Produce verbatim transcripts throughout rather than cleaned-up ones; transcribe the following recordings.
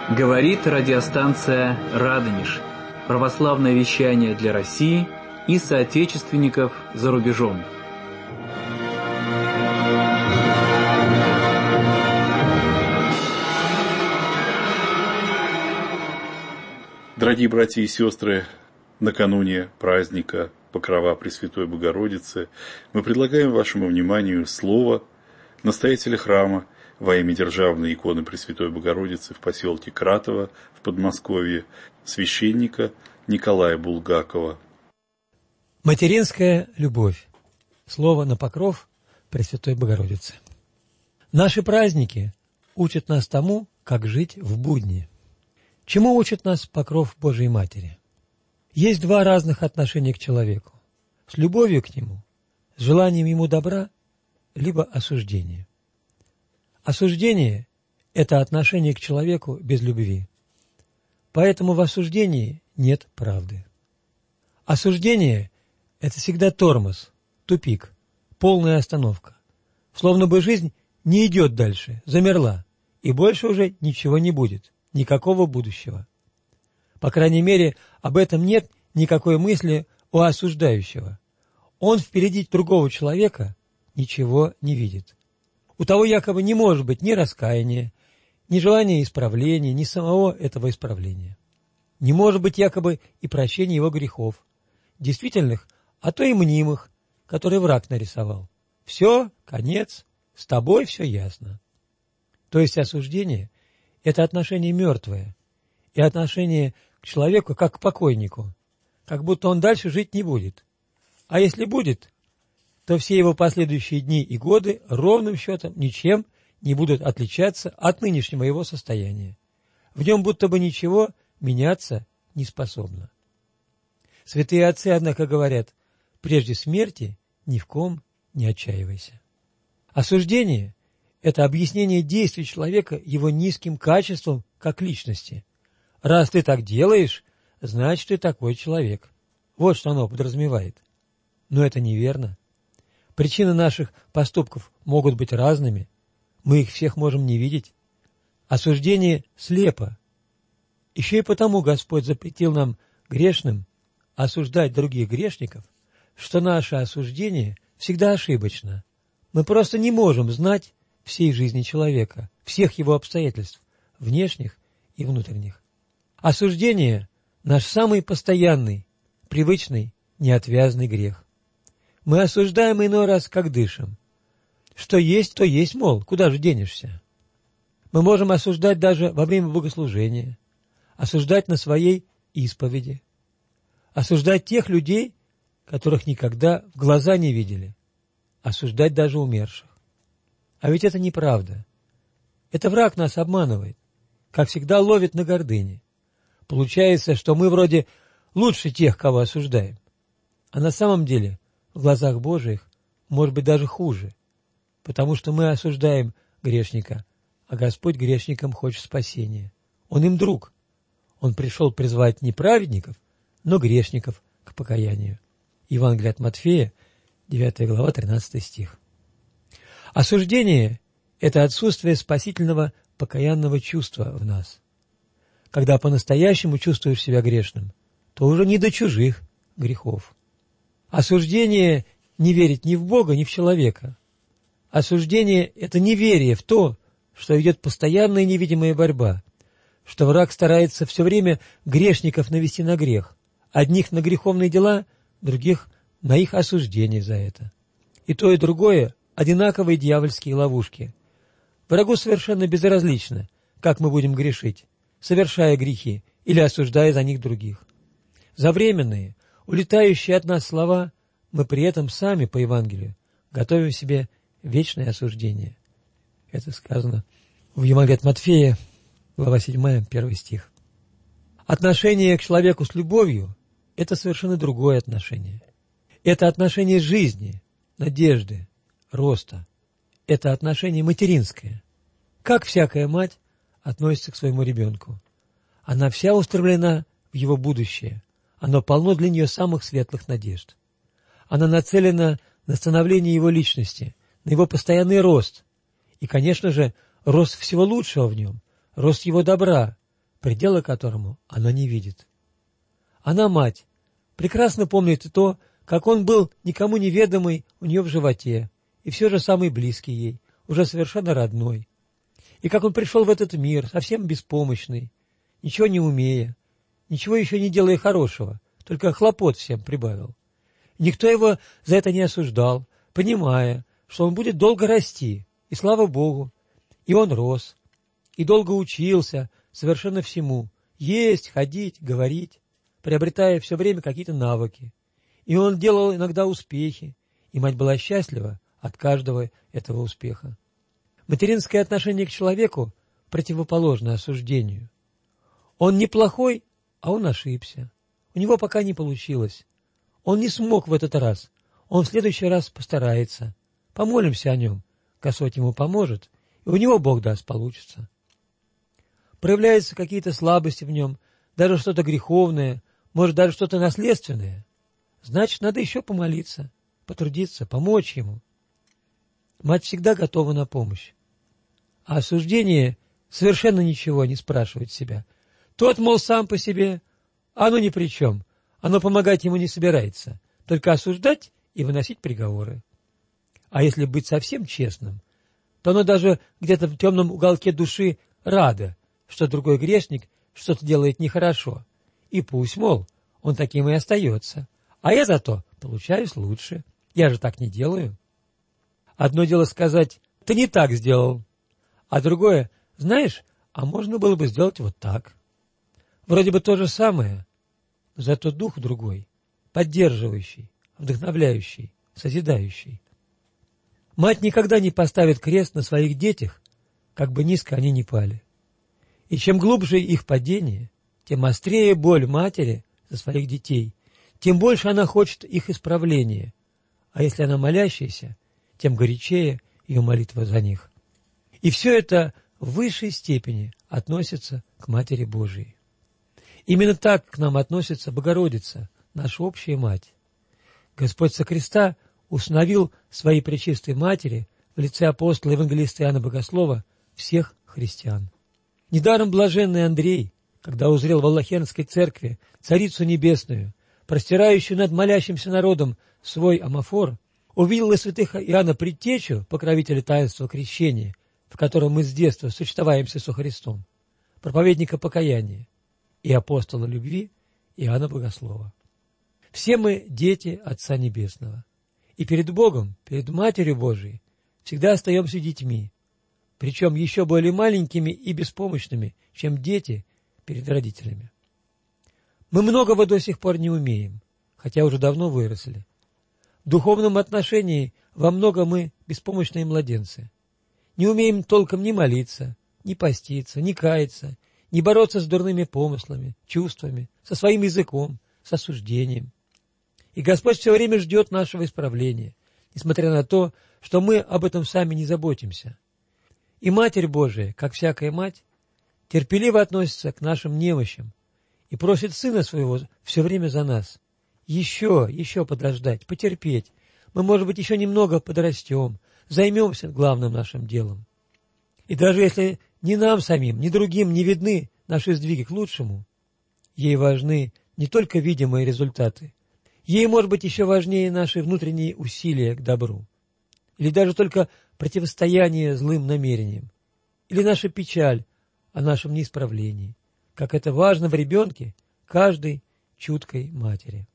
Говорит радиостанция «Радонеж». Православное вещание для России и соотечественников за рубежом. Дорогие братья и сестры, накануне праздника Покрова Пресвятой Богородицы мы предлагаем вашему вниманию слово настоятеля храма во имя Державной иконы Пресвятой Богородицы в поселке Кратово в Подмосковье, священника Николая Булгакова. Материнская любовь. Слово на покров Пресвятой Богородицы. Наши праздники учат нас тому, как жить в будни. Чему учит нас покров Божией Матери? Есть два разных отношения к человеку. С любовью к нему, с желанием ему добра, либо осуждение. Осуждение – это отношение к человеку без любви. Поэтому в осуждении нет правды. Осуждение – это всегда тормоз, тупик, полная остановка. Словно бы жизнь не идет дальше, замерла, и больше уже ничего не будет, никакого будущего. По крайней мере, об этом нет никакой мысли у осуждающего. Он впереди другого человека ничего не видит. У того якобы не может быть ни раскаяния, ни желания исправления, ни самого этого исправления. Не может быть якобы и прощения его грехов, действительных, а то и мнимых, которые враг нарисовал. Все, конец, с тобой все ясно. То есть осуждение – это отношение мертвое, и отношение к человеку как к покойнику, как будто он дальше жить не будет. А если будет, то все его последующие дни и годы ровным счетом ничем не будут отличаться от нынешнего его состояния. В нем будто бы ничего меняться не способно. Святые отцы, однако, говорят, прежде смерти ни в ком не отчаивайся. Осуждение – это объяснение действий человека его низким качеством как личности. Раз ты так делаешь, значит, ты такой человек. Вот что оно подразумевает. Но это неверно. Причины наших поступков могут быть разными. Мы их всех можем не видеть. Осуждение слепо. Еще и потому Господь запретил нам, грешным, осуждать других грешников, что наше осуждение всегда ошибочно. Мы просто не можем знать всей жизни человека, всех его обстоятельств, внешних и внутренних. Осуждение – наш самый постоянный, привычный, неотвязный грех. Мы осуждаем иной раз, как дышим. Что есть, то есть, мол, куда же денешься? Мы можем осуждать даже во время богослужения, осуждать на своей исповеди, осуждать тех людей, которых никогда в глаза не видели, осуждать даже умерших. А ведь это неправда. Это враг нас обманывает, как всегда ловит на гордыне. Получается, что мы вроде лучше тех, кого осуждаем, а на самом деле в глазах Божиих может быть даже хуже, потому что мы осуждаем грешника, а Господь грешникам хочет спасения. Он им друг. Он пришел призвать не праведников, но грешников к покаянию. Евангелие от Матфея, девятая глава, тринадцатый стих. Осуждение – это отсутствие спасительного покаянного чувства в нас. Когда по-настоящему чувствуешь себя грешным, то уже не до чужих грехов. Осуждение – не верить ни в Бога, ни в человека. Осуждение – это неверие в то, что идет постоянная невидимая борьба, что враг старается все время грешников навести на грех, одних на греховные дела, других на их осуждение за это. И то, и другое – одинаковые дьявольские ловушки. Врагу совершенно безразлично, как мы будем грешить, совершая грехи или осуждая за них других. За временные, улетающие от нас слова, мы при этом сами по Евангелию готовим себе вечное осуждение. Это сказано в Евангелии от Матфея, глава седьмая, первый стих. Отношение к человеку с любовью – это совершенно другое отношение. Это отношение жизни, надежды, роста. Это отношение материнское. Как всякая мать относится к своему ребенку? Она вся устремлена в его будущее. Оно полно для нее самых светлых надежд. Она нацелена на становление его личности, на его постоянный рост. И, конечно же, рост всего лучшего в нем, рост его добра, предела которому она не видит. Она, мать, прекрасно помнит и то, как он был никому неведомый у нее в животе, и все же самый близкий ей, уже совершенно родной. И как он пришел в этот мир, совсем беспомощный, ничего не умея, ничего еще не делая хорошего, только хлопот всем прибавил. Никто его за это не осуждал, понимая, что он будет долго расти, и слава Богу, и он рос, и долго учился совершенно всему, есть, ходить, говорить, приобретая все время какие-то навыки. И он делал иногда успехи, и мать была счастлива от каждого этого успеха. Материнское отношение к человеку противоположно осуждению. Он не плохой, а он ошибся. У него пока не получилось. Он не смог в этот раз. Он в следующий раз постарается. Помолимся о нем. Господь ему поможет, и у него Бог даст получится. Проявляются какие-то слабости в нем, даже что-то греховное, может, даже что-то наследственное. Значит, надо еще помолиться, потрудиться, помочь ему. Мать всегда готова на помощь. А осуждение совершенно ничего не спрашивает себя. Тот, мол, сам по себе, а оно ни при чем. Оно помогать ему не собирается, только осуждать и выносить приговоры. А если быть совсем честным, то оно даже где-то в темном уголке души радо, что другой грешник что-то делает нехорошо. И пусть, мол, он таким и остается. А я зато получаюсь лучше. Я же так не делаю. Одно дело сказать: ты не так сделал. А другое: знаешь, а можно было бы сделать вот так. Вроде бы то же самое, но зато дух другой, поддерживающий, вдохновляющий, созидающий. Мать никогда не поставит крест на своих детях, как бы низко они ни пали. И чем глубже их падение, тем острее боль матери за своих детей, тем больше она хочет их исправления, а если она молящаяся, тем горячее ее молитва за них. И все это в высшей степени относится к Матери Божией. Именно так к нам относится Богородица, наша общая мать. Господь со креста установил своей пречистой матери в лице апостола евангелиста Иоанна Богослова всех христиан. Недаром блаженный Андрей, когда узрел в Аллахернской церкви Царицу Небесную, простирающую над молящимся народом свой амафор, увидел из святых Иоанна Предтечу, покровителя таинства крещения, в котором мы с детства сочетаемся со Христом, проповедника покаяния, и апостола любви Иоанна Богослова. Все мы дети Отца Небесного, и перед Богом, перед Матерью Божией всегда остаемся детьми, причем еще более маленькими и беспомощными, чем дети перед родителями. Мы многого до сих пор не умеем, хотя уже давно выросли. В духовном отношении во многом мы беспомощные младенцы. Не умеем толком ни молиться, ни поститься, ни каяться, ни бороться с дурными помыслами, чувствами, со своим языком, с осуждением. И Господь все время ждет нашего исправления, несмотря на то, что мы об этом сами не заботимся. И Матерь Божия, как всякая мать, терпеливо относится к нашим немощам и просит Сына Своего все время за нас. Еще, еще подождать, потерпеть. Мы, может быть, еще немного подрастем, займемся главным нашим делом. И даже если ни нам самим, ни другим не видны наши сдвиги к лучшему, ей важны не только видимые результаты, ей, может быть, еще важнее наши внутренние усилия к добру, или даже только противостояние злым намерениям, или наша печаль о нашем неисправлении, как это важно в ребенке каждой чуткой матери.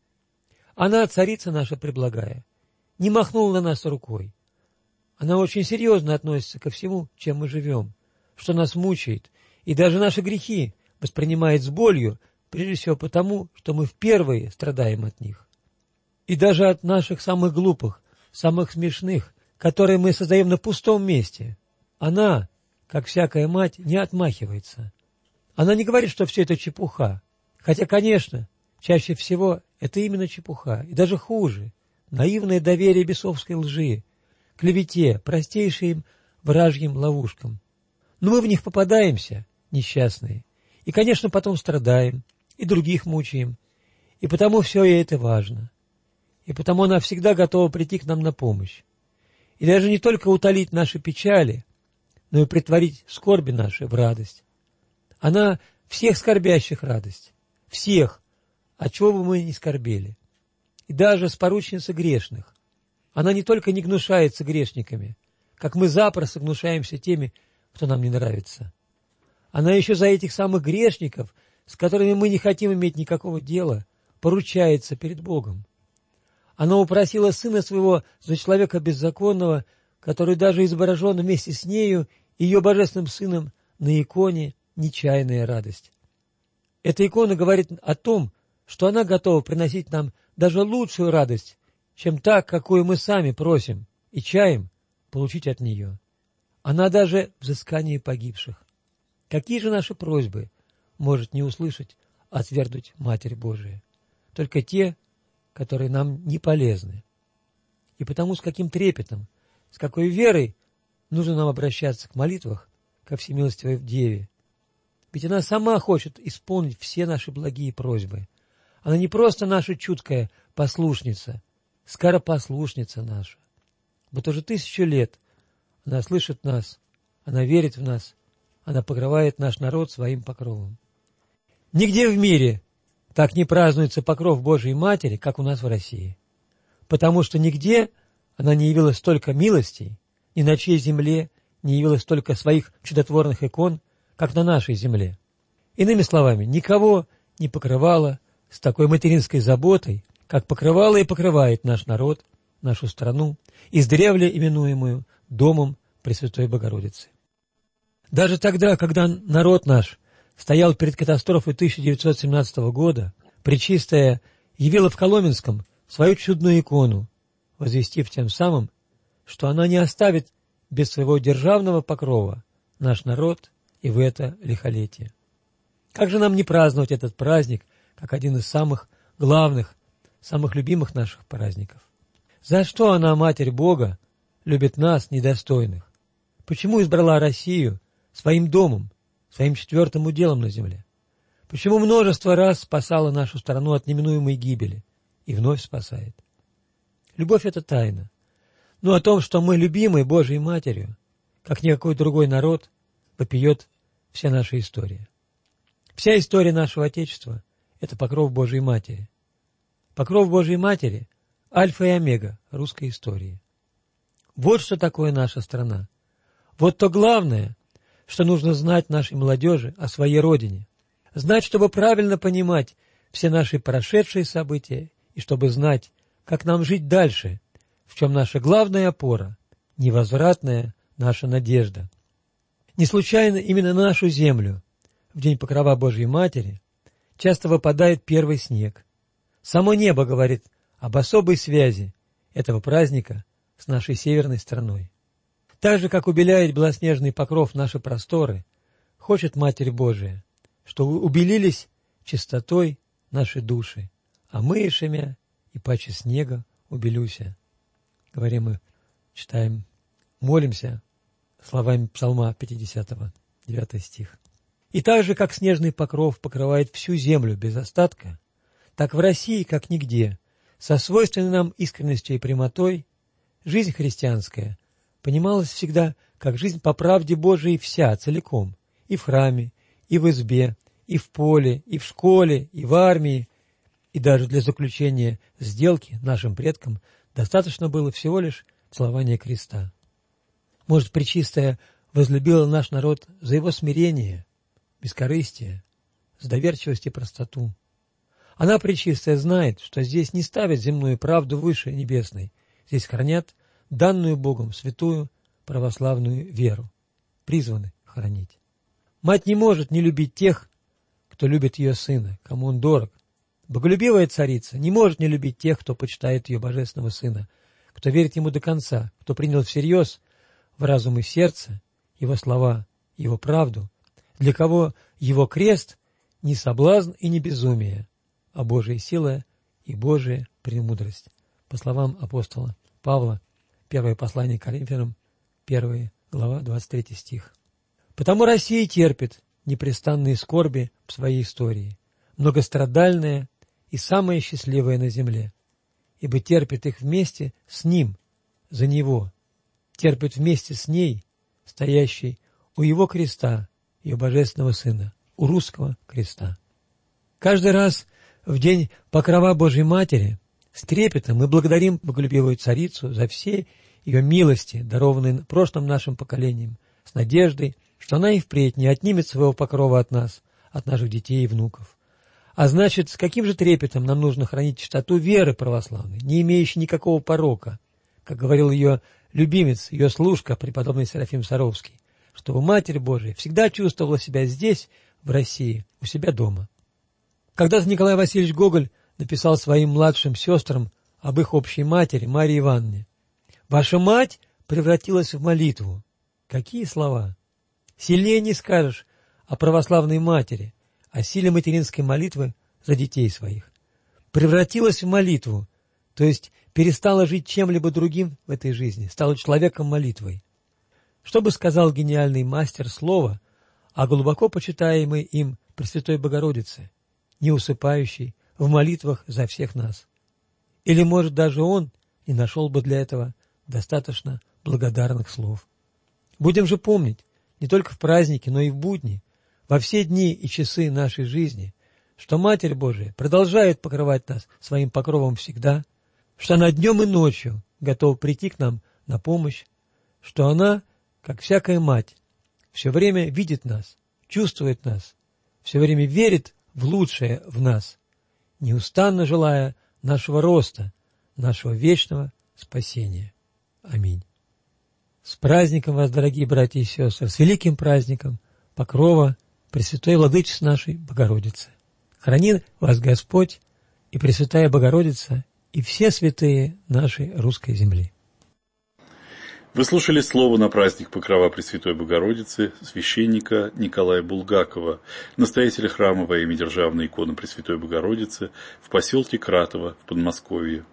Она, царица наша преблагая, не махнула на нас рукой. Она очень серьезно относится ко всему, чем мы живем, что нас мучает, и даже наши грехи воспринимает с болью, прежде всего потому, что мы впервые страдаем от них. И даже от наших самых глупых, самых смешных, которые мы создаем на пустом месте, она, как всякая мать, не отмахивается. Она не говорит, что все это чепуха, хотя, конечно, чаще всего это именно чепуха, и даже хуже, наивное доверие бесовской лжи, клевете, простейшим вражьим ловушкам. Но мы в них попадаемся, несчастные, и, конечно, потом страдаем, и других мучаем, и потому все ей это важно, и потому она всегда готова прийти к нам на помощь, и даже не только утолить наши печали, но и претворить скорби наши в радость. Она, всех скорбящих радость, всех, от чего бы мы ни скорбели, и даже споручница грешных. Она не только не гнушается грешниками, как мы запросто гнушаемся теми, кто нам не нравится. Она еще за этих самых грешников, с которыми мы не хотим иметь никакого дела, поручается перед Богом. Она упросила Сына Своего за человека беззаконного, который даже изображен вместе с нею и ее Божественным Сыном на иконе «Нечаянная радость». Эта икона говорит о том, что она готова приносить нам даже лучшую радость, чем та, какую мы сами просим и чаем получить от нее. Она даже взыскание погибших. Какие же наши просьбы может не услышать, отвергнуть Матерь Божия? Только те, которые нам не полезны. И потому с каким трепетом, с какой верой нужно нам обращаться к молитвах ко Всемилостивой Деве. Ведь она сама хочет исполнить все наши благие просьбы. Она не просто наша чуткая послушница, скоропослушница наша. Вот уже тысячу лет она слышит нас, она верит в нас, она покрывает наш народ своим покровом. Нигде в мире так не празднуется покров Божией Матери, как у нас в России. Потому что нигде она не явила столько милостей, ни на чьей земле не явила столько своих чудотворных икон, как на нашей земле. Иными словами, никого не покрывала с такой материнской заботой, как покрывала и покрывает наш народ, нашу страну, издревле именуемую Домом Пресвятой Богородицы. Даже тогда, когда народ наш стоял перед катастрофой тысяча девятьсот семнадцатого года, Пречистая явила в Коломенском свою чудную икону, возвестив тем самым, что она не оставит без своего державного покрова наш народ и в это лихолетие. Как же нам не праздновать этот праздник, как один из самых главных, самых любимых наших праздников? За что она, Матерь Бога, любит нас, недостойных? Почему избрала Россию своим домом, своим четвертым уделом на земле? Почему множество раз спасала нашу страну от неминуемой гибели и вновь спасает? Любовь — это тайна. Но о том, что мы любимы Божьей Матерью, как никакой другой народ, вопиет вся наша история. Вся история нашего Отечества — это покров Божьей Матери. Покров Божьей Матери — альфа и омега русской истории. Вот что такое наша страна. Вот то главное, что нужно знать нашей молодежи о своей родине. Знать, чтобы правильно понимать все наши прошедшие события и чтобы знать, как нам жить дальше, в чем наша главная опора, невозвратная наша надежда. Не случайно именно на нашу землю, в день покрова Божьей Матери, часто выпадает первый снег. Само небо говорит об особой связи этого праздника с нашей северной страной. Так же, как убеляет белоснежный покров наши просторы, хочет Матерь Божия, чтобы убелились чистотой наши души, а мы, ишемя, и паче снега убелюся. Говорим мы, читаем, молимся словами Псалма пятидесятого, девятый стих. И так же, как снежный покров покрывает всю землю без остатка, так в России, как нигде, со свойственной нам искренностью и прямотой, жизнь христианская понималась всегда как жизнь по правде Божией вся, целиком, и в храме, и в избе, и в поле, и в школе, и в армии, и даже для заключения сделки нашим предкам достаточно было всего лишь целования креста. Может, Пречистая возлюбила наш народ за его смирение, бескорыстие, за доверчивость и простоту. Она, Пречистая, знает, что здесь не ставят земную правду выше небесной, здесь хранят данную Богом святую православную веру, призваны хранить. Мать не может не любить тех, кто любит ее сына, кому он дорог. Боголюбивая царица не может не любить тех, кто почитает ее божественного сына, кто верит ему до конца, кто принял всерьез в разум и сердце его слова, его правду, для кого его крест не соблазн и не безумие, а Божия сила и Божия премудрость. По словам апостола Павла, первое послание к Коринфянам, первая глава, двадцать третий стих. Потому Россия терпит непрестанные скорби в своей истории, многострадальная и самая счастливая на земле, ибо терпит их вместе с Ним, за Него, терпит вместе с ней, стоящей у Его креста, ее Божественного Сына, у русского креста. Каждый раз в день Покрова Божьей Матери с трепетом мы благодарим Боголюбивую Царицу за все ее милости, дарованные прошлым нашим поколениям, с надеждой, что она и впредь не отнимет своего покрова от нас, от наших детей и внуков. А значит, с каким же трепетом нам нужно хранить чистоту веры православной, не имеющей никакого порока, как говорил ее любимец, ее служка, преподобный Серафим Саровский, чтобы Матерь Божия всегда чувствовала себя здесь, в России, у себя дома. Когда-то Николай Васильевич Гоголь написал своим младшим сестрам об их общей матери, Марии Ивановне: «Ваша мать превратилась в молитву». Какие слова! Сильнее не скажешь о православной матери, о силе материнской молитвы за детей своих. Превратилась в молитву, то есть перестала жить чем-либо другим в этой жизни, стала человеком молитвой. Что бы сказал гениальный мастер слова о глубоко почитаемой им Пресвятой Богородице, не усыпающей в молитвах за всех нас? Или, может, даже он не нашел бы для этого достаточно благодарных слов? Будем же помнить, не только в праздники, но и в будни, во все дни и часы нашей жизни, что Матерь Божия продолжает покрывать нас своим покровом всегда, что она днем и ночью готова прийти к нам на помощь, что она, как всякая мать, все время видит нас, чувствует нас, все время верит в лучшее в нас, неустанно желая нашего роста, нашего вечного спасения. Аминь. С праздником вас, дорогие братья и сестры, с великим праздником Покрова Пресвятой Владычицы нашей Богородицы. Храни вас Господь и Пресвятая Богородица, и все святые нашей русской земли. Вы слушали слово на праздник Покрова Пресвятой Богородицы священника Николая Булгакова, настоятеля храма во имя Державной иконы Пресвятой Богородицы в поселке Кратово в Подмосковье.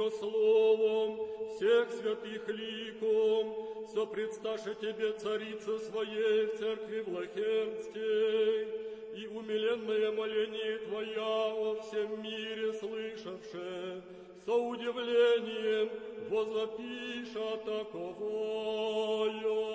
Его словом, всех святых ликом, сопредсташе Тебе, Царица Своей, в церкви Влахенской, и умиленное моление Твоя о всем мире слышавше, со удивлением возопиша таковое.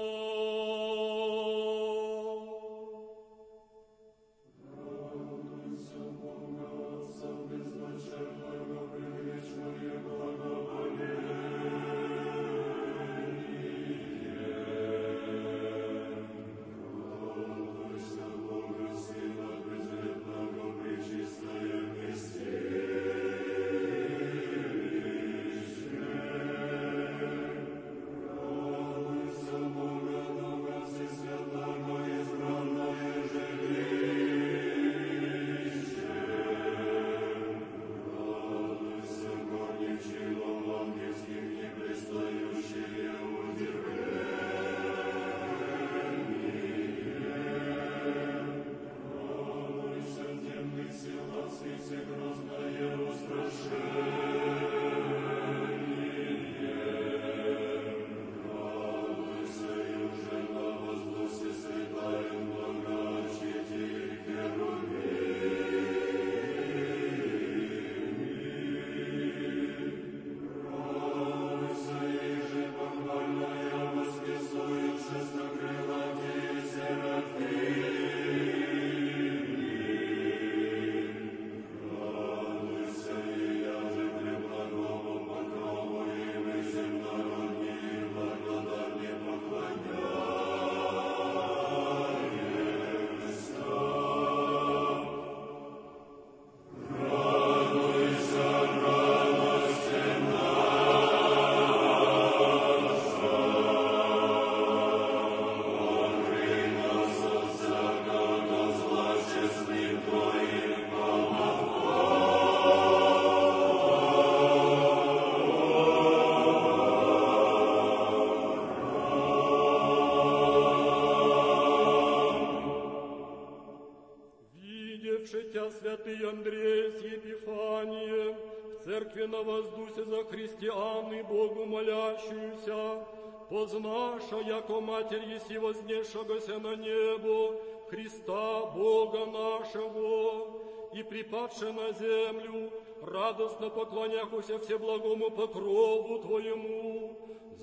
Святый Андрей с Епифанием, в церкви на воздусе за христиан и Богу молящуюся, познаша, яко Матерь еси вознесшегося на небо, Христа Бога нашего, и припадше на землю, радостно поклоняхуся всеблагому покрову Твоему,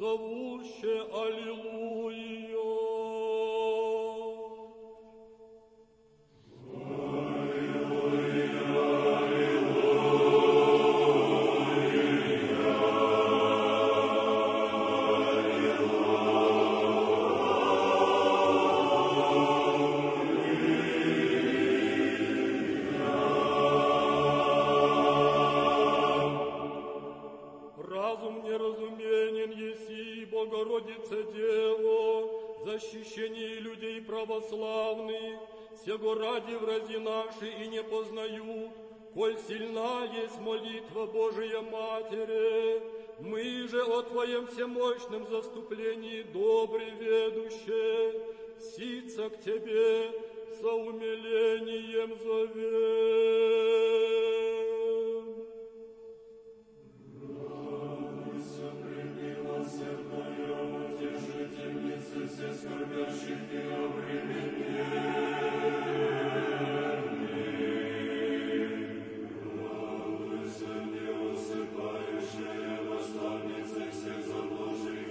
зовуще Аллилуйя. Богородица Дева, защищение людей православных, сего ради врази наши и не познают, коль сильна есть молитва Божия Матери, мы же о Твоем всемощном заступлении добре ведущие, сица к Тебе со умилением зовем. Все скорбящих и обремененных, радуйся, не усыпающая наставница всех заблудших и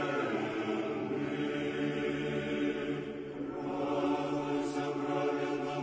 ослепленных. Радуйся, праведно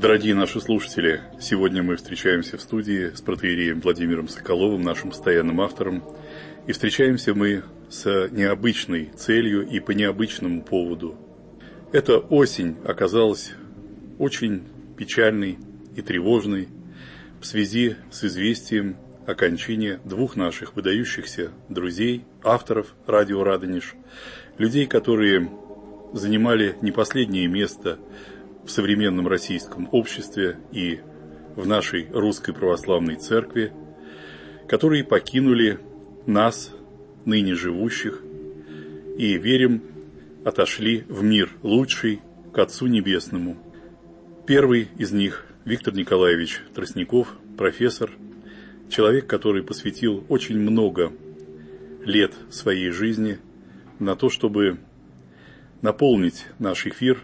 Дорогие наши слушатели, сегодня мы встречаемся в студии с протоиереем Владимиром Соколовым, нашим постоянным автором. И встречаемся мы с необычной целью и по необычному поводу. Эта осень оказалась очень печальной и тревожной в связи с известием о кончине двух наших выдающихся друзей, авторов радио «Радонеж», людей, которые занимали не последнее место в современном российском обществе и в нашей русской православной церкви, которые покинули нас, ныне живущих, и, верим, отошли в мир лучший, к Отцу Небесному. Первый из них – Виктор Николаевич Тростников, профессор, человек, который посвятил очень много лет своей жизни на то, чтобы наполнить наш эфир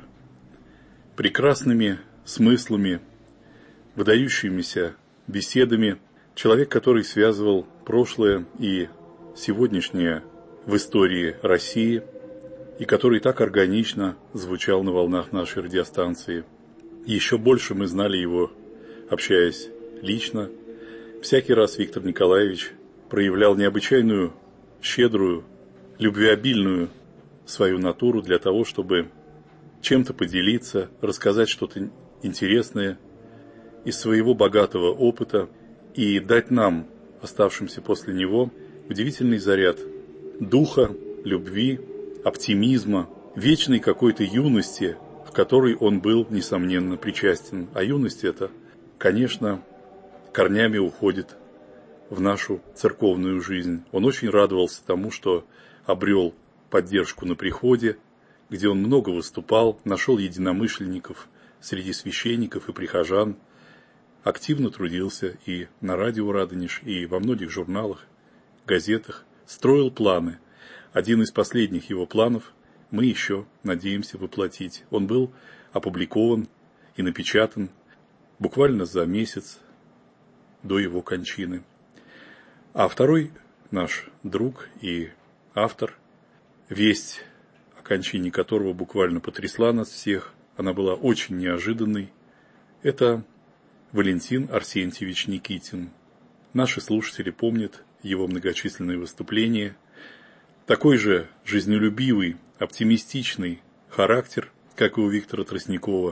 прекрасными смыслами, выдающимися беседами. Человек, который связывал прошлое и сегодняшнее в истории России, и который так органично звучал на волнах нашей радиостанции. Еще больше мы знали его, общаясь лично. Всякий раз Виктор Николаевич проявлял необычайную, щедрую, любвеобильную свою натуру для того, чтобы чем-то поделиться, рассказать что-то интересное из своего богатого опыта и дать нам, оставшимся после него, удивительный заряд духа, любви, оптимизма, вечной какой-то юности, в которой он был, несомненно, причастен. А юность эта, конечно, корнями уходит в нашу церковную жизнь. Он очень радовался тому, что обрел поддержку на приходе, где он много выступал, нашел единомышленников среди священников и прихожан, активно трудился и на радио «Радонеж», и во многих журналах, газетах, строил планы. Один из последних его планов мы еще надеемся воплотить. Он был опубликован и напечатан буквально за месяц до его кончины. А второй наш друг и автор, весть о кончине которого буквально потрясла нас всех, она была очень неожиданной, это Валентин Арсентьевич Никитин. Наши слушатели помнят его многочисленные выступления. Такой же жизнелюбивый, оптимистичный характер, как и у Виктора Тростникова.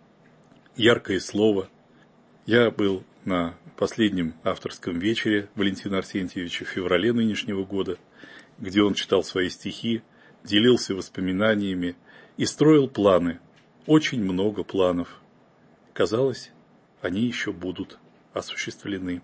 Яркое слово. Я был на последнем авторском вечере Валентина Арсентьевича в феврале нынешнего года, где он читал свои стихи, делился воспоминаниями и строил планы. Очень много планов. Казалось, они еще будут осуществлены.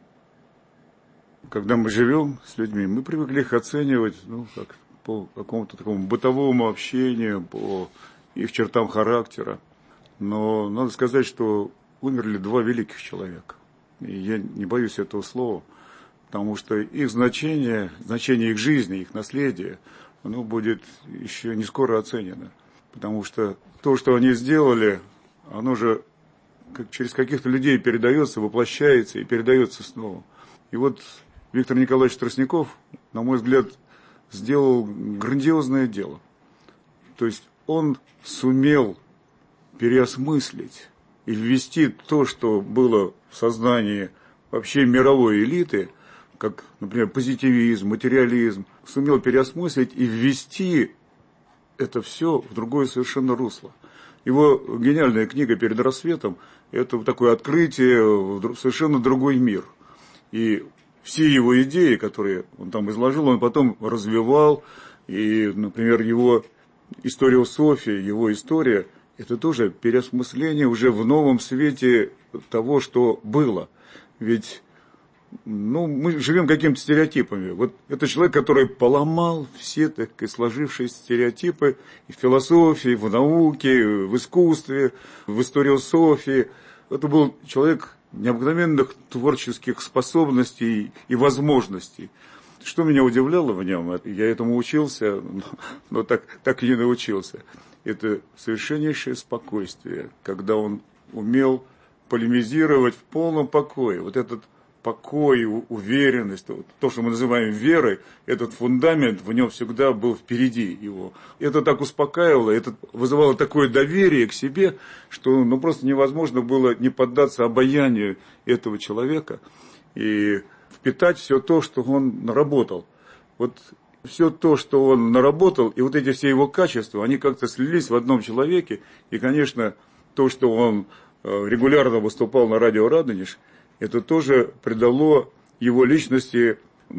Когда мы живем с людьми, мы привыкли их оценивать, ну, как по какому-то такому бытовому общению, по их чертам характера. Но надо сказать, что умерли два великих человека. И я не боюсь этого слова, потому что их значение, значение их жизни, их наследия, оно будет еще не скоро оценено. Потому что то, что они сделали, оно же как через каких-то людей передается, воплощается и передается снова. И вот Виктор Николаевич Тростников, на мой взгляд, сделал грандиозное дело. То есть он сумел переосмыслить и ввести то, что было в сознании вообще мировой элиты, как, например, позитивизм, материализм, сумел переосмыслить и ввести это все в другое совершенно русло. Его гениальная книга «Перед рассветом» – это такое открытие в совершенно другой мир. И все его идеи, которые он там изложил, он потом развивал. И, например, его историософия, его история – это тоже переосмысление уже в новом свете того, что было. Ведь ну, мы живем какими-то стереотипами. Вот это человек, который поломал все так и сложившиеся стереотипы и в философии, в науке, в искусстве, в историософии. Это был человек необыкновенных творческих способностей и возможностей. Что меня удивляло в нем, я этому учился, но так, так и не научился. Это совершеннейшее спокойствие, когда он умел полемизировать в полном покое. Вот этот покой, уверенность, то, что мы называем верой, этот фундамент в нем всегда был впереди его. Это так успокаивало, это вызывало такое доверие к себе, что ну, просто невозможно было не поддаться обаянию этого человека и впитать все то, что он наработал. Вот все то, что он наработал, и вот эти все его качества, они как-то слились в одном человеке. И, конечно, то, что он регулярно выступал на радио «Радонеж», это тоже придало его личности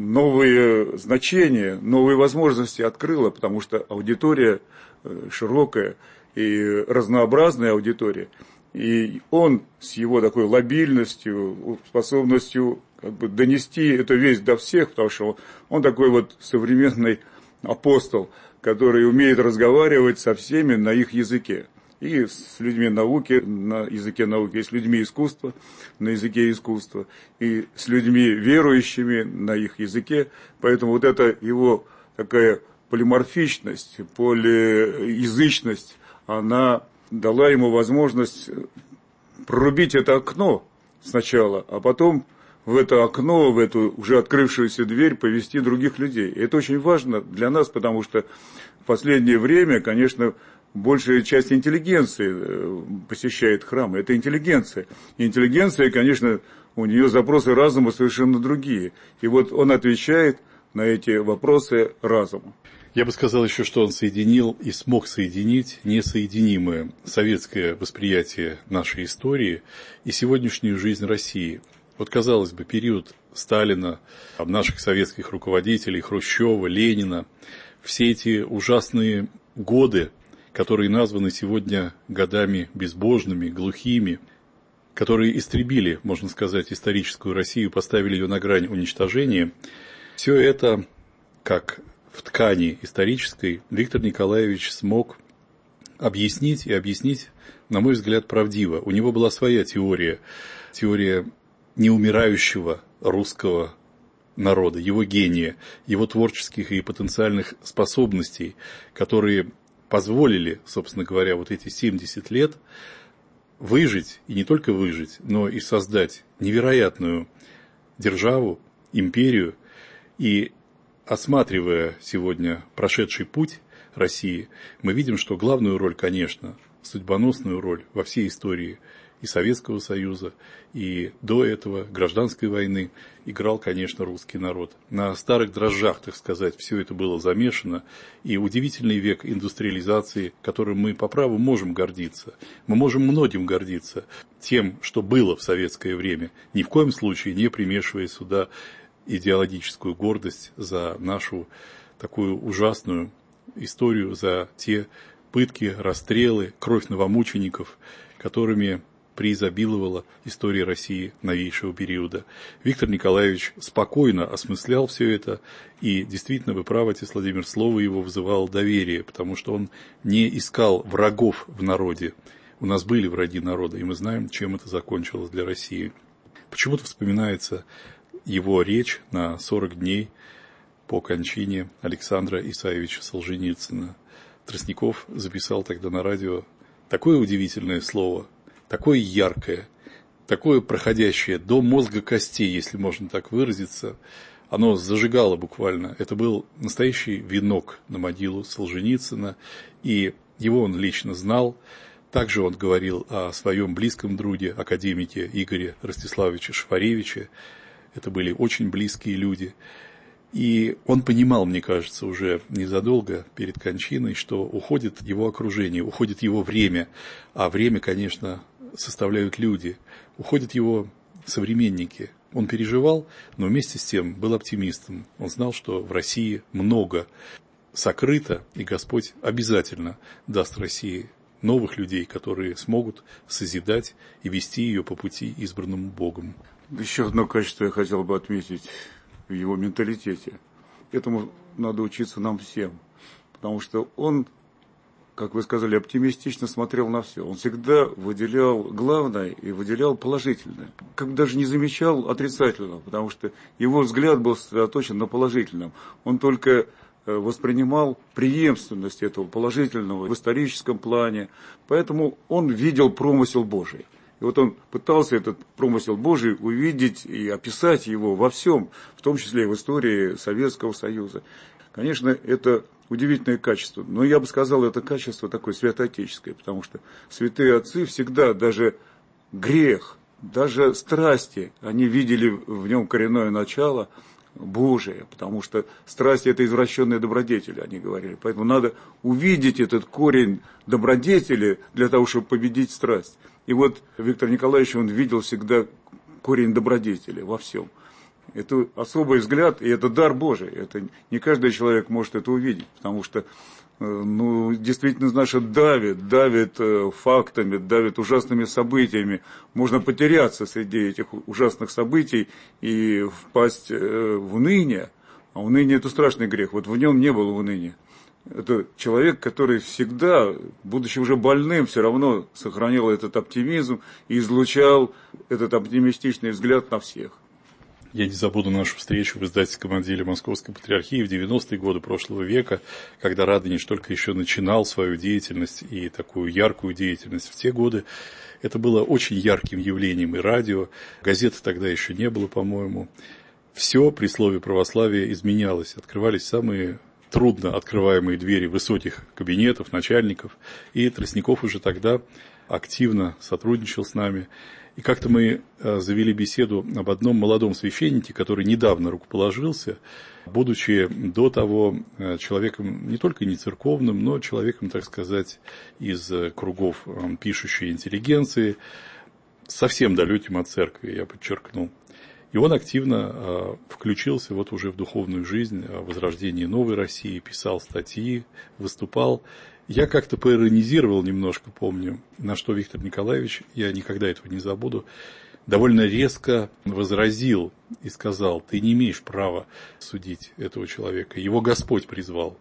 новые значения, новые возможности открыло, потому что аудитория широкая и разнообразная аудитория. И он с его такой лобильностью, способностью как бы донести эту весть до всех, потому что он такой вот современный апостол, который умеет разговаривать со всеми на их языке. И с людьми науки на языке науки, и с людьми искусства на языке искусства, и с людьми верующими на их языке. Поэтому вот эта его такая полиморфичность, полиязычность, она дала ему возможность прорубить это окно сначала, а потом в это окно, в эту уже открывшуюся дверь повести других людей. И это очень важно для нас, потому что в последнее время, конечно, большая часть интеллигенции посещает храмы. Это интеллигенция. И интеллигенция, конечно, у нее запросы разума совершенно другие. И вот он отвечает на эти вопросы разумом. Я бы сказал еще, что он соединил и смог соединить несоединимое советское восприятие нашей истории и сегодняшнюю жизнь России. Вот, казалось бы, период Сталина, наших советских руководителей, Хрущева, Ленина, все эти ужасные годы, которые названы сегодня годами безбожными, глухими, которые истребили, можно сказать, историческую Россию, поставили ее на грань уничтожения, все это, как в ткани исторической, Виктор Николаевич смог объяснить и объяснить, на мой взгляд, правдиво. У него была своя теория, теория неумирающего русского народа, его гения, его творческих и потенциальных способностей, которые позволили, собственно говоря, вот эти семьдесят лет выжить, и не только выжить, но и создать невероятную державу, империю. И осматривая сегодня прошедший путь России, мы видим, что главную роль, конечно, судьбоносную роль во всей истории и Советского Союза, и до этого гражданской войны играл, конечно, русский народ. На старых дрожжах, так сказать, все это было замешано, и удивительный век индустриализации, которым мы по праву можем гордиться. Мы можем многим гордиться тем, что было в советское время, ни в коем случае не примешивая сюда идеологическую гордость за нашу такую ужасную историю, за те пытки, расстрелы, кровь новомучеников, которыми преизобиловала история России новейшего периода. Виктор Николаевич спокойно осмыслял все это, и действительно, вы правы, отец Владимир, слово его вызывало доверие, потому что он не искал врагов в народе. У нас были враги народа, и мы знаем, чем это закончилось для России. Почему-то вспоминается его речь на сорок дней по кончине Александра Исаевича Солженицына. Тростников записал тогда на радио такое удивительное слово, такое яркое, такое проходящее до мозга костей, если можно так выразиться. Оно зажигало буквально. Это был настоящий венок на могилу Солженицына, и его он лично знал. Также он говорил о своем близком друге, академике Игоре Ростиславовиче Шафаревиче. Это были очень близкие люди. И он понимал, мне кажется, уже незадолго перед кончиной, что уходит его окружение, уходит его время. А время, конечно, составляют люди. Уходят его современники. Он переживал, но вместе с тем был оптимистом. Он знал, что в России много сокрыто, и Господь обязательно даст России новых людей, которые смогут созидать и вести ее по пути, избранному Богом. Еще одно качество я хотел бы отметить в его менталитете. Этому надо учиться нам всем, потому что он, как вы сказали, оптимистично смотрел на все. Он всегда выделял главное и выделял положительное. Как бы даже не замечал отрицательного, потому что его взгляд был сосредоточен на положительном. Он только воспринимал преемственность этого положительного в историческом плане. Поэтому он видел промысел Божий. И вот он пытался этот промысел Божий увидеть и описать его во всем, в том числе и в истории Советского Союза. Конечно, это удивительное качество, но я бы сказал, это качество такое святоотеческое, потому что святые отцы всегда, даже грех, даже страсти, они видели в нем коренное начало Божие, потому что страсть – это извращенные добродетели, они говорили. Поэтому надо увидеть этот корень добродетели для того, чтобы победить страсть. И вот Виктор Николаевич, он видел всегда корень добродетели во всем. Это особый взгляд, и это дар Божий. Это не каждый человек может это увидеть, потому что, ну, действительно, наше давит, давит фактами, давит ужасными событиями. Можно потеряться среди этих ужасных событий и впасть в уныние. А уныние – это страшный грех. Вот в нем не было уныния. Это человек, который всегда, будучи уже больным, все равно сохранял этот оптимизм и излучал этот оптимистичный взгляд на всех. Я не забуду нашу встречу в издательском отделе Московской Патриархии в девяностые годы прошлого века, когда Радонеж только еще начинал свою деятельность и такую яркую деятельность. В те годы это было очень ярким явлением и радио, газеты тогда еще не было, по-моему. Все при слове православия изменялось, открывались самые трудно открываемые двери высоких кабинетов, начальников, и Тростников уже тогда активно сотрудничал с нами. И как-то мы завели беседу об одном молодом священнике, который недавно рукоположился, будучи до того человеком не только не церковным, но человеком, так сказать, из кругов пишущей интеллигенции, совсем далеким от церкви, я подчеркнул. И он активно включился вот уже в духовную жизнь, в возрождении новой России, писал статьи, выступал. Я как-то поиронизировал немножко, помню, на что Виктор Николаевич, я никогда этого не забуду, довольно резко возразил и сказал: ты не имеешь права судить этого человека, его Господь призвал.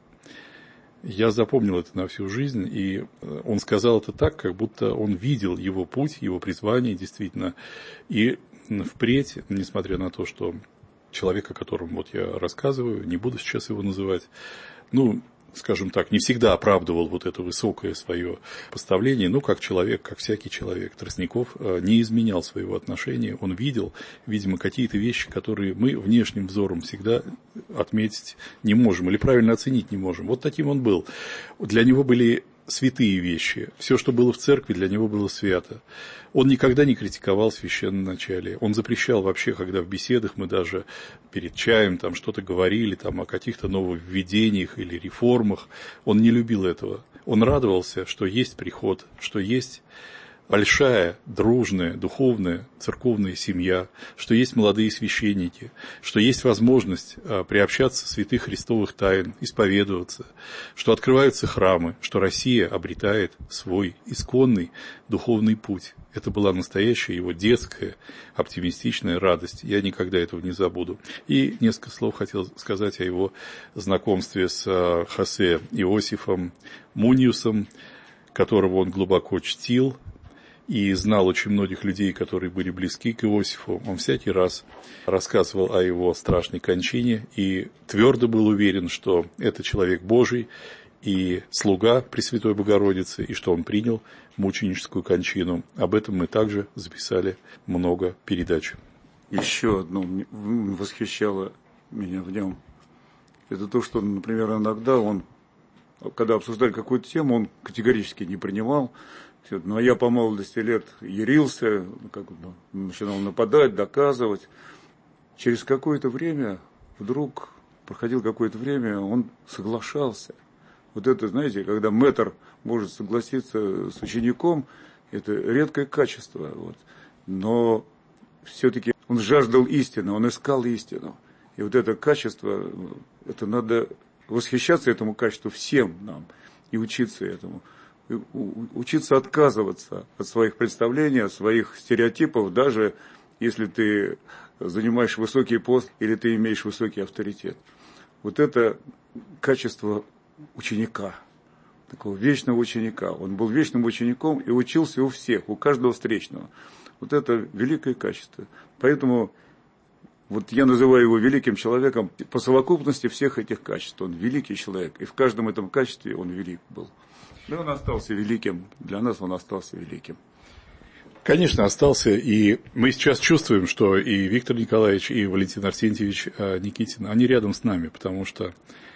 Я запомнил это на всю жизнь, и он сказал это так, как будто он видел его путь, его призвание действительно, и впредь, несмотря на то, что человек, о котором вот я рассказываю, не буду сейчас его называть, ну, скажем так, не всегда оправдывал вот это высокое свое поставление, но как человек, как всякий человек, Тростников не изменял своего отношения, он видел, видимо, какие-то вещи, которые мы внешним взором всегда отметить не можем или правильно оценить не можем. Вот таким он был. Для него были святые вещи. Все, что было в церкви, для него было свято. Он никогда не критиковал священноначалие. Он запрещал вообще, когда в беседах мы даже перед чаем там что-то говорили там, о каких-то нововведениях или реформах. Он не любил этого. Он радовался, что есть приход, что есть большая, дружная, духовная, церковная семья, что есть молодые священники, что есть возможность приобщаться святых христовых тайн, исповедоваться, что открываются храмы, что Россия обретает свой исконный духовный путь. Это была настоящая его детская, оптимистичная радость. Я никогда этого не забуду. И несколько слов хотел сказать о его знакомстве с Хосе Иосифом Муниусом, которого он глубоко чтил, и знал очень многих людей, которые были близки к Иосифу. Он всякий раз рассказывал о его страшной кончине и твердо был уверен, что это человек Божий и слуга Пресвятой Богородицы, и что он принял мученическую кончину. Об этом мы также записали много передач. Еще одно восхищало меня в нем. Это то, что, например, иногда он, когда обсуждали какую-то тему, он категорически не принимал. Но я по молодости лет ярился, как бы, начинал нападать, доказывать. Через какое-то время, вдруг, проходило какое-то время, он соглашался. Вот это, знаете, когда мэтр может согласиться с учеником, это редкое качество. Вот. Но все-таки он жаждал истины, он искал истину. И вот это качество, это надо восхищаться этому качеству всем нам и учиться этому. Учиться отказываться от своих представлений, от своих стереотипов, даже если ты занимаешь высокий пост или ты имеешь высокий авторитет. Вот это качество ученика, такого вечного ученика. Он был вечным учеником и учился у всех, у каждого встречного. Вот это великое качество. Поэтому вот я называю его великим человеком по совокупности всех этих качеств. Он великий человек, и в каждом этом качестве он велик был. Да, он остался великим, для нас он остался великим. Конечно, остался, и мы сейчас чувствуем, что и Виктор Николаевич, и Валентин Арсентьевич Никитин, они рядом с нами, потому что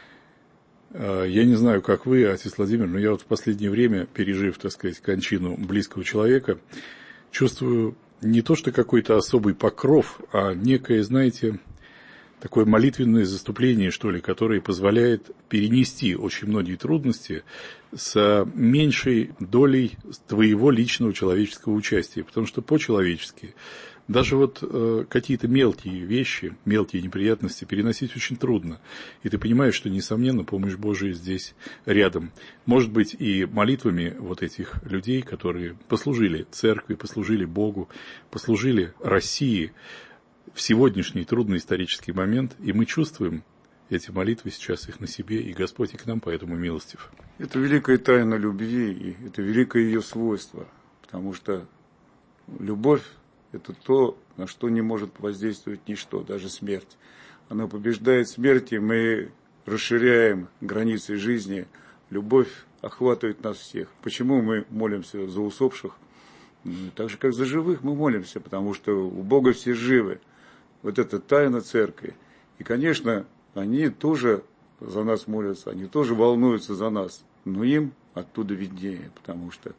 я не знаю, как вы, отец Владимир, но я вот в последнее время, пережив, так сказать, кончину близкого человека, чувствую не то, что какой-то особый покров, а некое, знаете, такое молитвенное заступление, что ли, которое позволяет перенести очень многие трудности с меньшей долей твоего личного человеческого участия. Потому что по-человечески даже вот э, какие-то мелкие вещи, мелкие неприятности переносить очень трудно. И ты понимаешь, что, несомненно, помощь Божия здесь рядом. Может быть, и молитвами вот этих людей, которые послужили церкви, послужили Богу, послужили России в сегодняшний трудный исторический момент, и мы чувствуем эти молитвы сейчас их на себе, и Господь и к нам поэтому милостив. Это великая тайна любви, и это великое ее свойство, потому что любовь – это то, на что не может воздействовать ничто, даже смерть. Она побеждает смерть, и мы расширяем границы жизни. Любовь охватывает нас всех. Почему мы молимся за усопших? Так же, как за живых мы молимся, потому что у Бога все живы. Вот это тайна церкви. И, конечно, они тоже за нас молятся, они тоже волнуются за нас. Но им оттуда виднее, потому что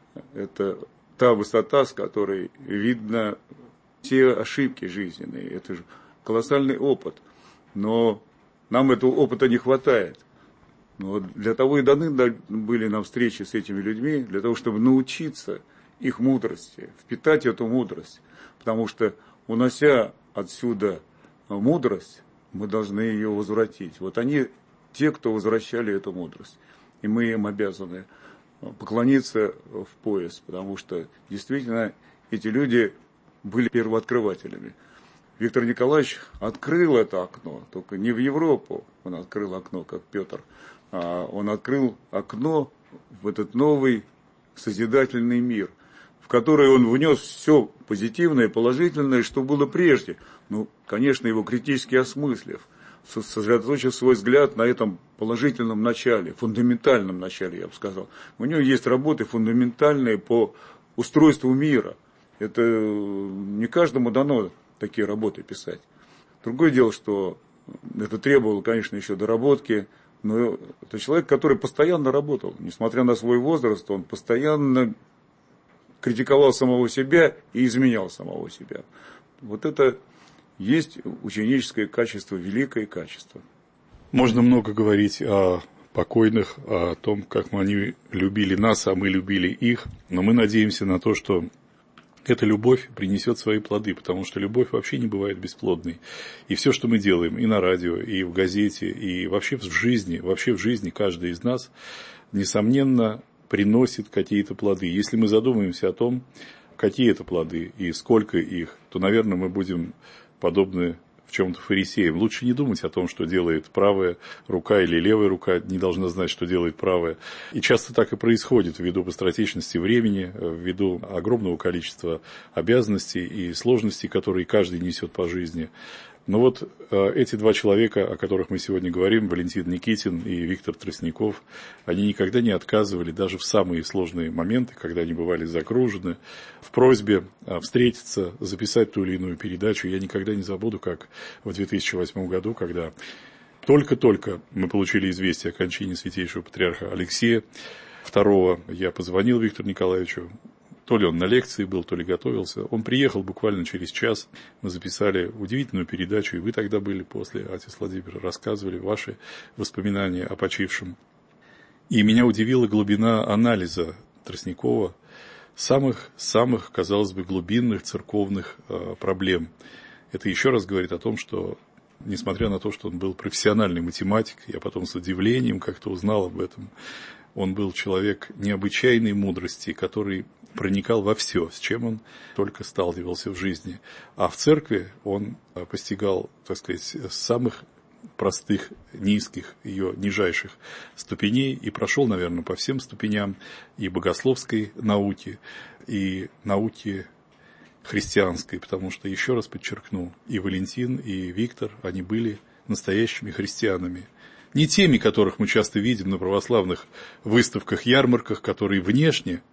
это та высота, с которой видно все ошибки жизненные. Это же колоссальный опыт. Но нам этого опыта не хватает. Но для того и даны были нам встречи с этими людьми, для того, чтобы научиться их мудрости, впитать эту мудрость. Потому что, унося отсюда мудрость, мы должны ее возвратить. Вот они, те, кто возвращали эту мудрость. И мы им обязаны поклониться в пояс, потому что действительно эти люди были первооткрывателями. Виктор Николаевич открыл это окно, только не в Европу он открыл окно, как Петр, а он открыл окно в этот новый созидательный мир, в который он внес все позитивное, положительное, что было прежде. Ну, конечно, его критически осмыслив, сосредоточив свой взгляд на этом положительном начале, фундаментальном начале, я бы сказал. У него есть работы фундаментальные по устройству мира. Это не каждому дано такие работы писать. Другое дело, что это требовало, конечно, еще доработки, но это человек, который постоянно работал. Несмотря на свой возраст, он постоянно критиковал самого себя и изменял самого себя. Вот это есть ученическое качество, великое качество. Можно много говорить о покойных, о том, как они любили нас, а мы любили их, но мы надеемся на то, что эта любовь принесет свои плоды, потому что любовь вообще не бывает бесплодной. И все, что мы делаем и на радио, и в газете, и вообще в жизни, вообще в жизни каждый из нас, несомненно, приносит какие-то плоды. Если мы задумаемся о том, какие это плоды и сколько их, то, наверное, мы будем подобны в чем-то фарисеям. Лучше не думать о том, что делает правая рука или левая рука, не должна знать, что делает правая. И часто так и происходит ввиду быстротечности времени, ввиду огромного количества обязанностей и сложностей, которые каждый несет по жизни. Но вот э, эти два человека, о которых мы сегодня говорим, Валентин Никитин и Виктор Тростников, они никогда не отказывали, даже в самые сложные моменты, когда они бывали загружены, в просьбе э, встретиться, записать ту или иную передачу. Я никогда не забуду, как в две тысячи восьмом году, когда только-только мы получили известие о кончине святейшего патриарха Алексея второго, я позвонил Виктору Николаевичу. То ли он на лекции был, то ли готовился. Он приехал буквально через час. Мы записали удивительную передачу, и вы тогда были после, отец Владимир, рассказывали ваши воспоминания о почившем. И меня удивила глубина анализа Тростникова самых, самых, казалось бы, глубинных церковных э, проблем. Это еще раз говорит о том, что, несмотря на то, что он был профессиональный математик, я потом с удивлением как-то узнал об этом, он был человек необычайной мудрости, который проникал во все, с чем он только сталкивался в жизни. А в церкви он постигал, так сказать, с самых простых, низких, ее нижайших ступеней и прошел, наверное, по всем ступеням и богословской науки, и науки христианской, потому что, еще раз подчеркну, и Валентин, и Виктор, они были настоящими христианами. Не теми, которых мы часто видим на православных выставках, ярмарках, которые внешне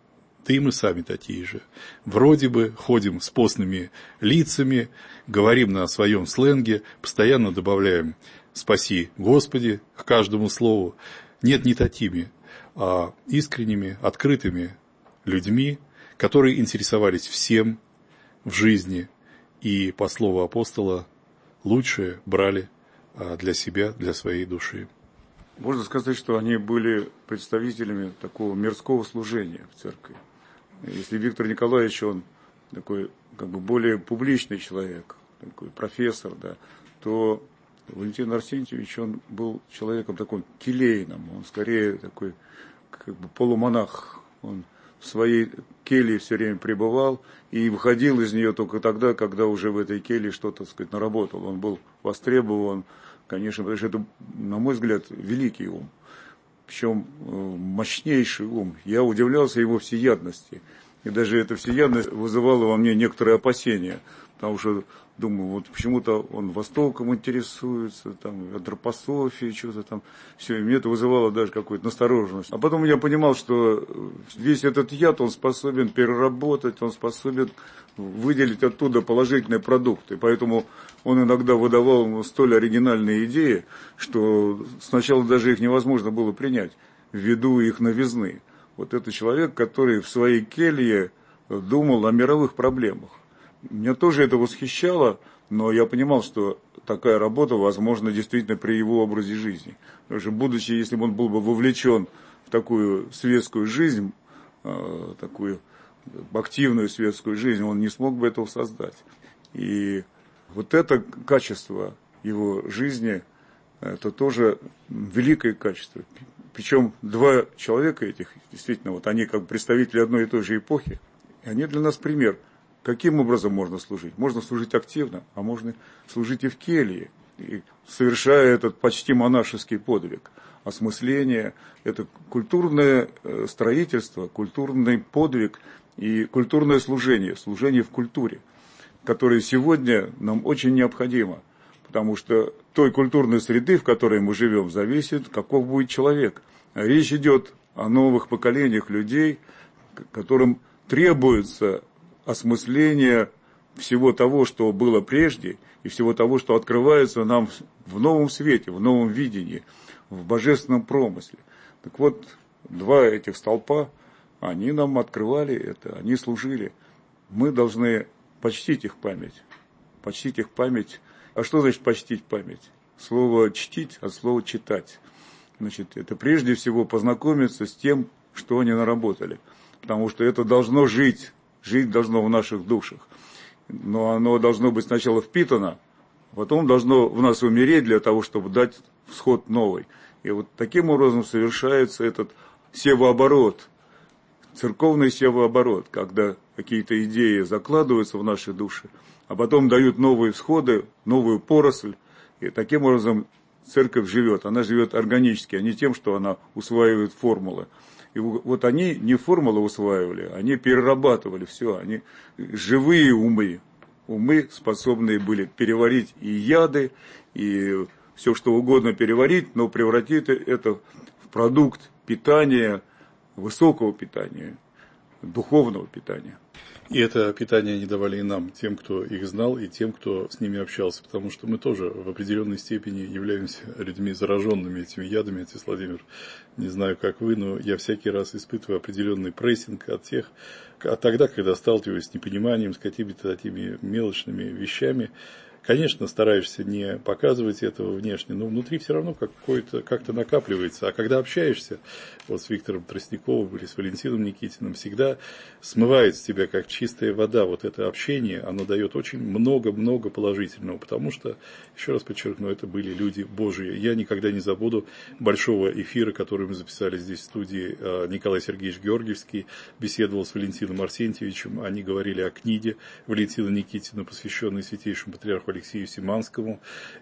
ты и мы сами такие же. Вроде бы ходим с постными лицами, говорим на своем сленге, постоянно добавляем «спаси Господи» к каждому слову. Нет, не такими, а искренними, открытыми людьми, которые интересовались всем в жизни и, по слову апостола, лучшее брали для себя, для своей души. Можно сказать, что они были представителями такого мирского служения в церкви. Если Виктор Николаевич, он такой как бы более публичный человек, такой профессор, да, то Валентин Арсентьевич, он был человеком таким келейным, он скорее такой как бы полумонах, он в своей келье все время пребывал и выходил из нее только тогда, когда уже в этой келье что-то, так сказать, наработал. Он был востребован, конечно, потому что это, на мой взгляд, великий ум, причем мощнейший ум. Я удивлялся его всеядности, и даже эта всеядность вызывала во мне некоторые опасения, потому что думаю, вот почему-то он Востоком интересуется, там, антропософией, что-то там, все, и мне это вызывало даже какую-то настороженность. А потом я понимал, что весь этот яд, он способен переработать, он способен выделить оттуда положительные продукты, поэтому он иногда выдавал столь оригинальные идеи, что сначала даже их невозможно было принять, ввиду их новизны. Вот это человек, который в своей келье думал о мировых проблемах. Меня тоже это восхищало, но я понимал, что такая работа возможна действительно при его образе жизни. Потому что, будучи, если бы он был бы вовлечен в такую светскую жизнь, э, такую активную светскую жизнь, он не смог бы этого создать. И вот это качество его жизни, это тоже великое качество. Причем два человека этих, действительно, вот они как представители одной и той же эпохи, и они для нас пример. Каким образом можно служить? Можно служить активно, а можно служить и в келье, и совершая этот почти монашеский подвиг. Осмысление, это культурное строительство, культурный подвиг и культурное служение, служение в культуре, которое сегодня нам очень необходимо, потому что той культурной среды, в которой мы живем, зависит, каков будет человек. Речь идет о новых поколениях людей, которым требуется осмысление всего того, что было прежде, и всего того, что открывается нам в новом свете, в новом видении, в божественном промысле. Так вот, два этих столпа, они нам открывали это, они служили. Мы должны почтить их память. Почтить их память. А что значит почтить память? Слово «чтить» от слова «читать». Значит, это прежде всего познакомиться с тем, что они наработали. Потому что это должно жить. Жить должно в наших душах. Но оно должно быть сначала впитано, потом должно в нас умереть для того, чтобы дать всход новый. И вот таким образом совершается этот севооборот, церковный севооборот, когда какие-то идеи закладываются в наши души, а потом дают новые всходы, новую поросль. И таким образом церковь живет. Она живет органически, а не тем, что она усваивает формулы. И вот они не формулы усваивали, они перерабатывали все, они живые умы, умы, способные были переварить и яды, и все что угодно переварить, но превратить это в продукт питания, высокого питания, духовного питания. И это питание они давали и нам, тем, кто их знал, и тем, кто с ними общался, потому что мы тоже в определенной степени являемся людьми, зараженными этими ядами. Отец Владимир, не знаю, как вы, но я всякий раз испытываю определенный прессинг от тех, а тогда, когда сталкиваюсь с непониманием, с какими-то такими мелочными вещами. Конечно, стараешься не показывать этого внешне, но внутри все равно какое-то, как-то накапливается. А когда общаешься вот с Виктором Тростниковым или с Валентином Никитиным, всегда смывает с тебя как чистая вода. Вот это общение, оно дает очень много-много положительного, потому что, еще раз подчеркну, это были люди Божьи. Я никогда не забуду большого эфира, который мы записали здесь в студии. Николай Сергеевич Георгиевский беседовал с Валентином Арсентьевичем. Они говорили о книге Валентина Никитина, посвященной святейшему патриарху Алексею Симанскому,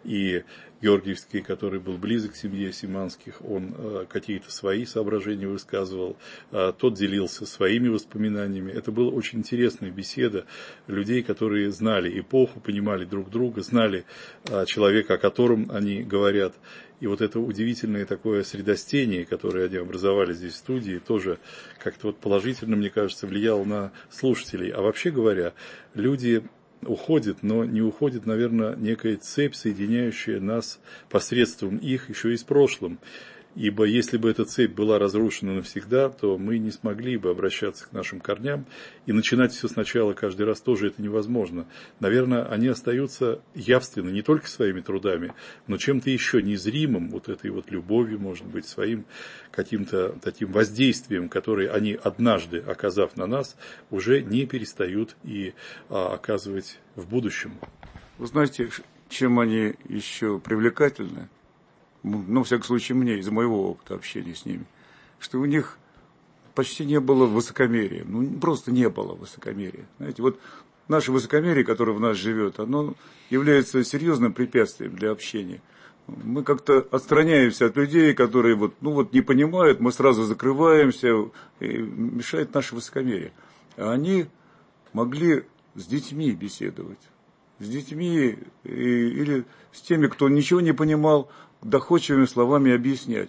и Георгиевский, который был близок к семье Симанских, он э, какие-то свои соображения высказывал, э, тот делился своими воспоминаниями. Это была очень интересная беседа людей, которые знали эпоху, понимали друг друга, знали человек, о котором они говорят. И вот это удивительное такое средостение, которое они образовали здесь в студии, тоже как-то вот положительно, мне кажется, влияло на слушателей. А вообще говоря, люди уходят, но не уходит, наверное, некая цепь, соединяющая нас посредством их еще и с прошлым. Ибо если бы эта цепь была разрушена навсегда, то мы не смогли бы обращаться к нашим корням, и начинать все сначала каждый раз тоже это невозможно. Наверное, они остаются явственны не только своими трудами, но чем-то еще незримым, вот этой вот любовью, может быть, своим каким-то таким воздействием, которое они однажды, оказав на нас, уже не перестают и а, оказывать в будущем. Вы знаете, чем они еще привлекательны? Ну, во всяком случае, мне, из моего опыта общения с ними, что у них почти не было высокомерия. Ну, просто не было высокомерия. Знаете, вот наше высокомерие, которое в нас живет, оно является серьезным препятствием для общения. Мы как-то отстраняемся от людей, которые вот, ну, вот не понимают, мы сразу закрываемся, и мешает наше высокомерие. А они могли с детьми беседовать. С детьми и, или с теми, кто ничего не понимал, доходчивыми словами объяснять.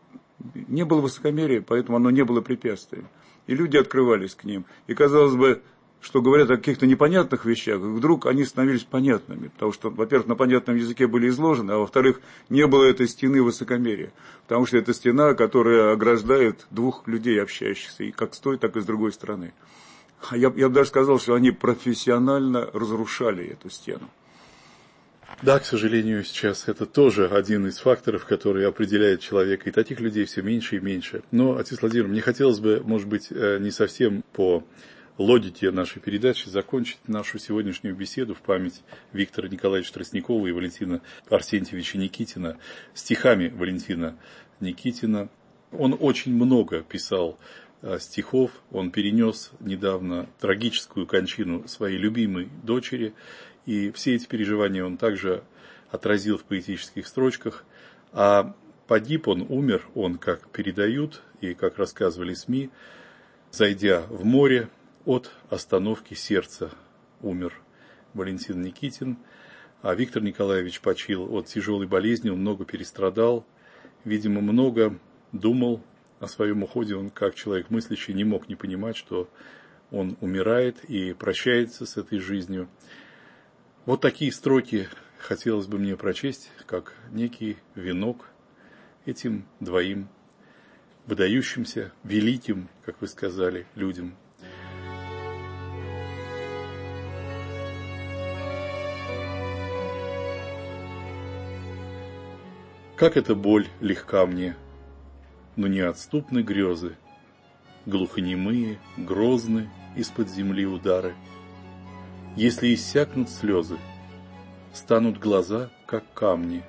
Не было высокомерия, поэтому оно не было препятствием. И люди открывались к ним. И казалось бы, что говорят о каких-то непонятных вещах, и вдруг они становились понятными. Потому что, во-первых, на понятном языке были изложены, а во-вторых, не было этой стены высокомерия. Потому что это стена, которая ограждает двух людей, общающихся, и как с той, так и с другой стороны. Я, я бы даже сказал, что они профессионально разрушали эту стену. Да, к сожалению, сейчас это тоже один из факторов, который определяет человека, и таких людей все меньше и меньше. Но, отец Владимир, мне хотелось бы, может быть, не совсем по логике нашей передачи закончить нашу сегодняшнюю беседу в память Виктора Николаевича Тростникова и Валентина Арсентьевича Никитина стихами Валентина Никитина. Он очень много писал стихов, он перенес недавно трагическую кончину своей любимой дочери, и все эти переживания он также отразил в поэтических строчках. А погиб он, умер он, как передают и как рассказывали СМИ, зайдя в море от остановки сердца. Умер Валентин Никитин, а Виктор Николаевич почил от тяжелой болезни, он много перестрадал, видимо, много думал о своем уходе. Он, как человек мыслящий, не мог не понимать, что он умирает и прощается с этой жизнью. Вот такие строки хотелось бы мне прочесть, как некий венок этим двоим выдающимся, великим, как вы сказали, людям. Как эта боль легка мне, но неотступны грезы, глухонемые, грозны из-под земли удары. Если иссякнут слезы, станут глаза, как камни.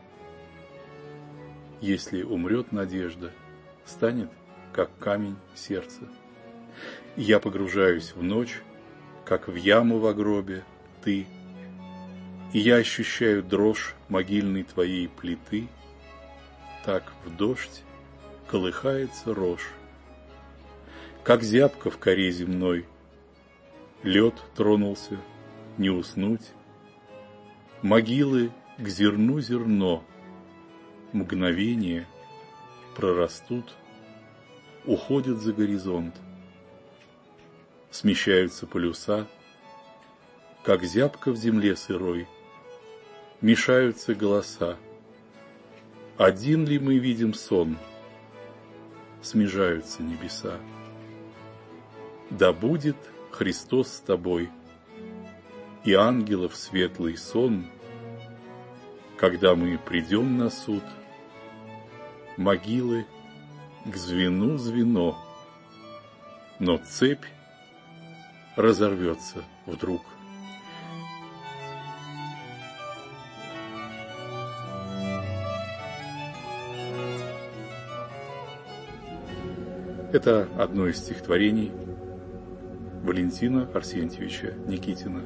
Если умрет надежда, станет, как камень, сердце. И я погружаюсь в ночь, как в яму в гробе ты, и я ощущаю дрожь могильной твоей плиты, так в дождь колыхается рожь, как зябко в коре земной, лед тронулся, не уснуть, могилы к зерну зерно, мгновение прорастут, уходят за горизонт, смещаются полюса, как зябко в земле сырой, мешаются голоса. Один ли мы видим сон? Смежаются небеса. Да будет Христос с тобой, и ангелов светлый сон, когда мы придем на суд, могилы к звену звено, но цепь разорвется вдруг. Это одно из стихотворений Валентина Арсентьевича Никитина.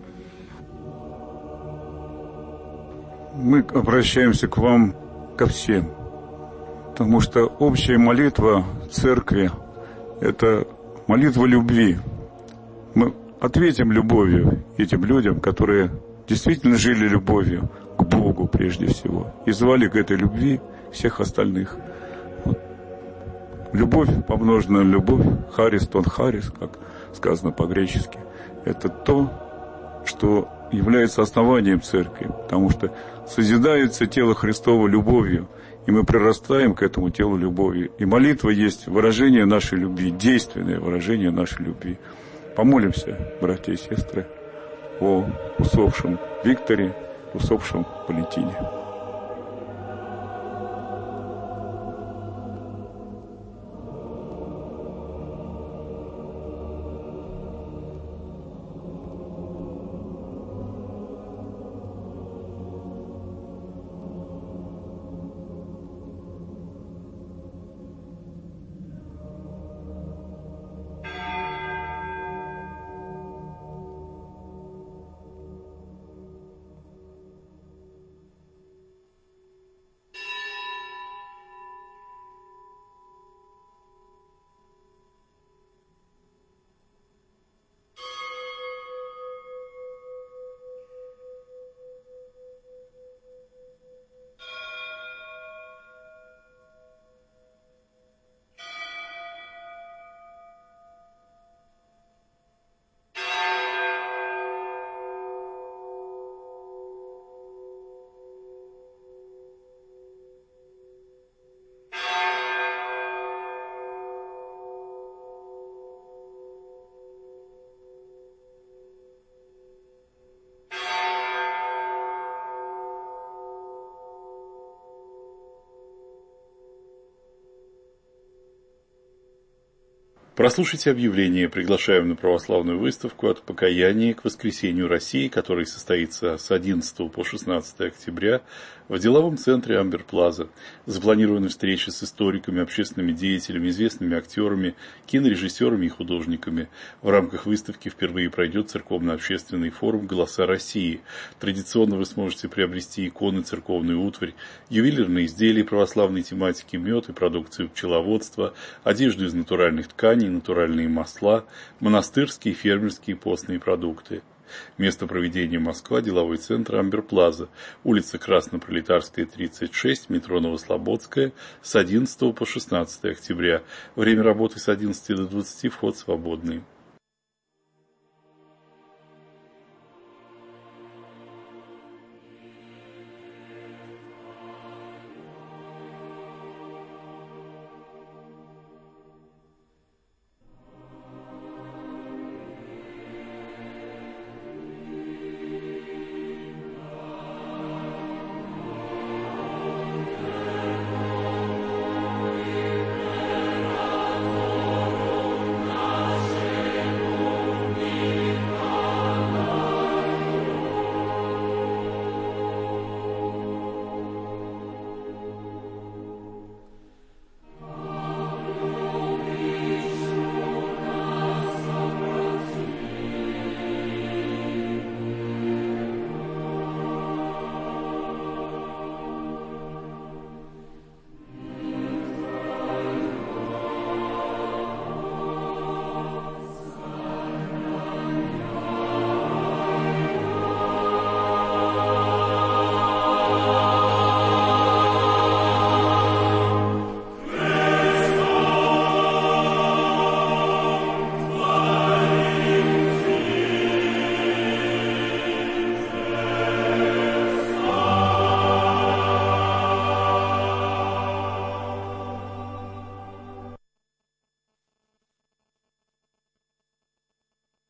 Мы обращаемся к вам, ко всем, потому что общая молитва церкви – это молитва любви. Мы ответим любовью этим людям, которые действительно жили любовью к Богу, Богу прежде всего. И звали к этой любви всех остальных. Вот. Любовь, помноженная на любовь, харис тон харис, как сказано по-гречески, это то, что является основанием церкви, потому что созидается тело Христово любовью, и мы прирастаем к этому телу любовью. И молитва есть выражение нашей любви, действенное выражение нашей любви. Помолимся, братья и сестры, о усопшем Викторе, усопшем Валентине. Прослушайте объявление. Приглашаем на православную выставку «От покаяния к воскресению России», которая состоится с одиннадцатого по шестнадцатое октября в деловом центре Амбер Плаза. Запланированы встречи с историками, общественными деятелями, известными актерами, кинорежиссерами и художниками. В рамках выставки впервые пройдет церковно-общественный форум «Голоса России». Традиционно вы сможете приобрести иконы, церковную утварь, ювелирные изделия православной тематики, мед и продукцию пчеловодства, одежду из натуральных тканей, натуральные масла, монастырские, фермерские постные продукты. Место проведения: Москва, деловой центр Амбер Плаза, улица Краснопролетарская, тридцать шесть, метро Новослободская, с одиннадцатого по шестнадцатое октября. Время работы с одиннадцати до двадцати, вход свободный.